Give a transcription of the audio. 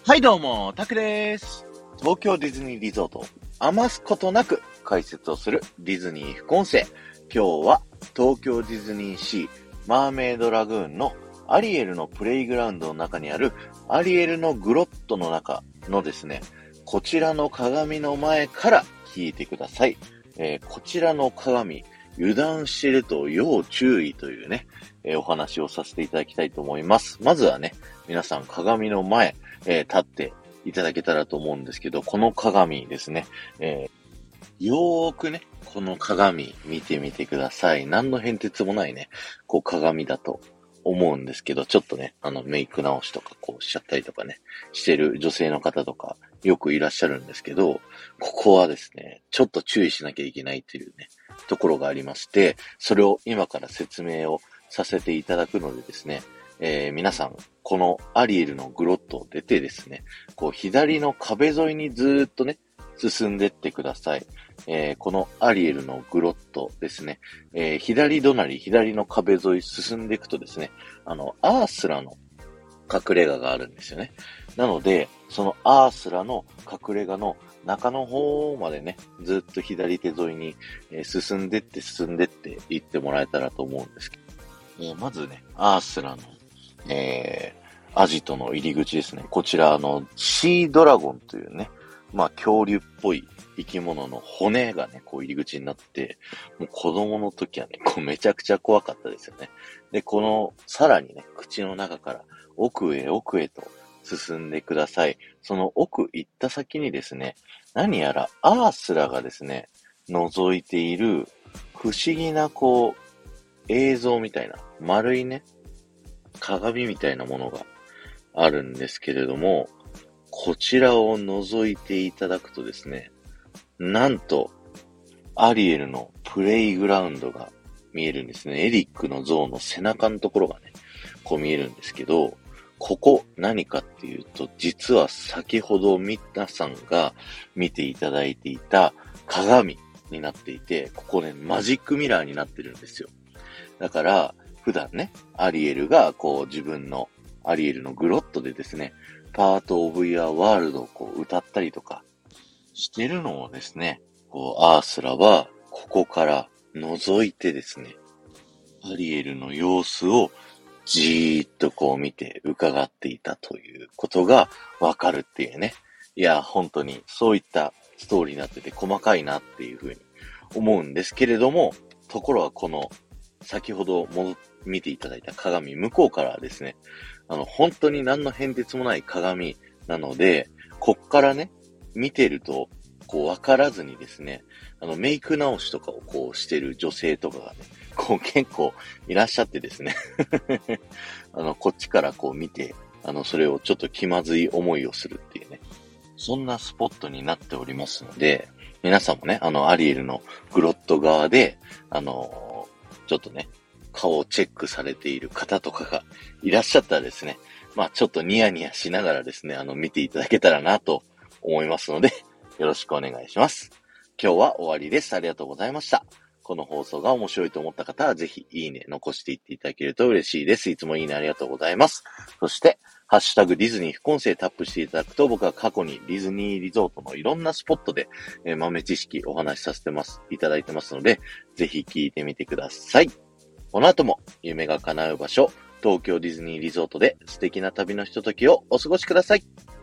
はいどうも、タクです。東京ディズニーリゾートを余すことなく解説をするディズニー副音声。今日は東京ディズニーシーマーメイドラグーンのアリエルのプレイグラウンドの中にあるアリエルのグロットの中のですね、こちらの鏡の前から聞いてください。こちらの鏡、油断していると要注意というね、お話をさせていただきたいと思います。まずはね、皆さん鏡の前、立っていただけたらと思うんですけど、この鏡ですね、よーくね、この鏡見てみてください。何の変哲もないね、こう鏡だと思うんですけど、ちょっとね、メイク直しとかこうしちゃったりとかね、してる女性の方とかよくいらっしゃるんですけど、ここはですね、ちょっと注意しなきゃいけないっていうね、ところがありまして、それを今から説明をさせていただくのでですね、皆さん、このアリエルのグロットを出てですね、こう左の壁沿いにずーっとね、進んでってください。このアリエルのグロットですね、左隣、左の壁沿い進んでいくとですね、アースラの隠れ家があるんですよね。なので、そのアースラの隠れ家の中の方までね、ずっと左手沿いに、進んでって行ってもらえたらと思うんですけど、まずね、アースラの、アジトの入り口ですね。こちら、シードラゴンというね、まあ、恐竜っぽい生き物の骨がね、こう入り口になって、もう子供の時はね、こうめちゃくちゃ怖かったですよね。で、さらにね、口の中から奥へと進んでください。その奥行った先にですね、何やらアースラがですね、覗いている不思議なこう、映像みたいな、丸いね、鏡みたいなものがあるんですけれども、こちらを覗いていただくとですね、なんと、アリエルのプレイグラウンドが見えるんですね。エリックの像の背中のところがね、こう見えるんですけど、ここ何かっていうと、実は先ほど皆さんが見ていただいていた鏡になっていて、ここね、マジックミラーになってるんですよ。だから、普段ね、アリエルがこう自分のアリエルのグロットでですね、パートオブイヤーワールドをこう歌ったりとかしてるのをですね、こうアースラはここから覗いてですね、アリエルの様子をじーっとこう見て伺っていたということがわかるっていうね。いや、本当にそういったストーリーになってて細かいなっていうふうに思うんですけれども、ところはこの先ほど見ていただいた鏡、向こうからはですね、本当に何の変哲もない鏡なので、こっからね、見てると、こう、わからずにですね、メイク直しとかをこうしてる女性とかがね、こう結構いらっしゃってですね、こっちからこう見て、それをちょっと気まずい思いをするっていうね、そんなスポットになっておりますので、皆さんもね、アリエルのグロット側で、ちょっとね、顔をチェックされている方とかがいらっしゃったらですね、まあちょっとニヤニヤしながらですね、見ていただけたらなと思いますので、よろしくお願いします。今日は終わりです。ありがとうございました。この放送が面白いと思った方は、ぜひいいね残していっていただけると嬉しいです。いつもいいねありがとうございます。そして、ハッシュタグディズニー副音声タップしていただくと、僕は過去にディズニーリゾートのいろんなスポットで、豆知識お話しさせていただいてますので、ぜひ聞いてみてください。この後も夢が叶う場所、東京ディズニーリゾートで素敵な旅のひとときをお過ごしください。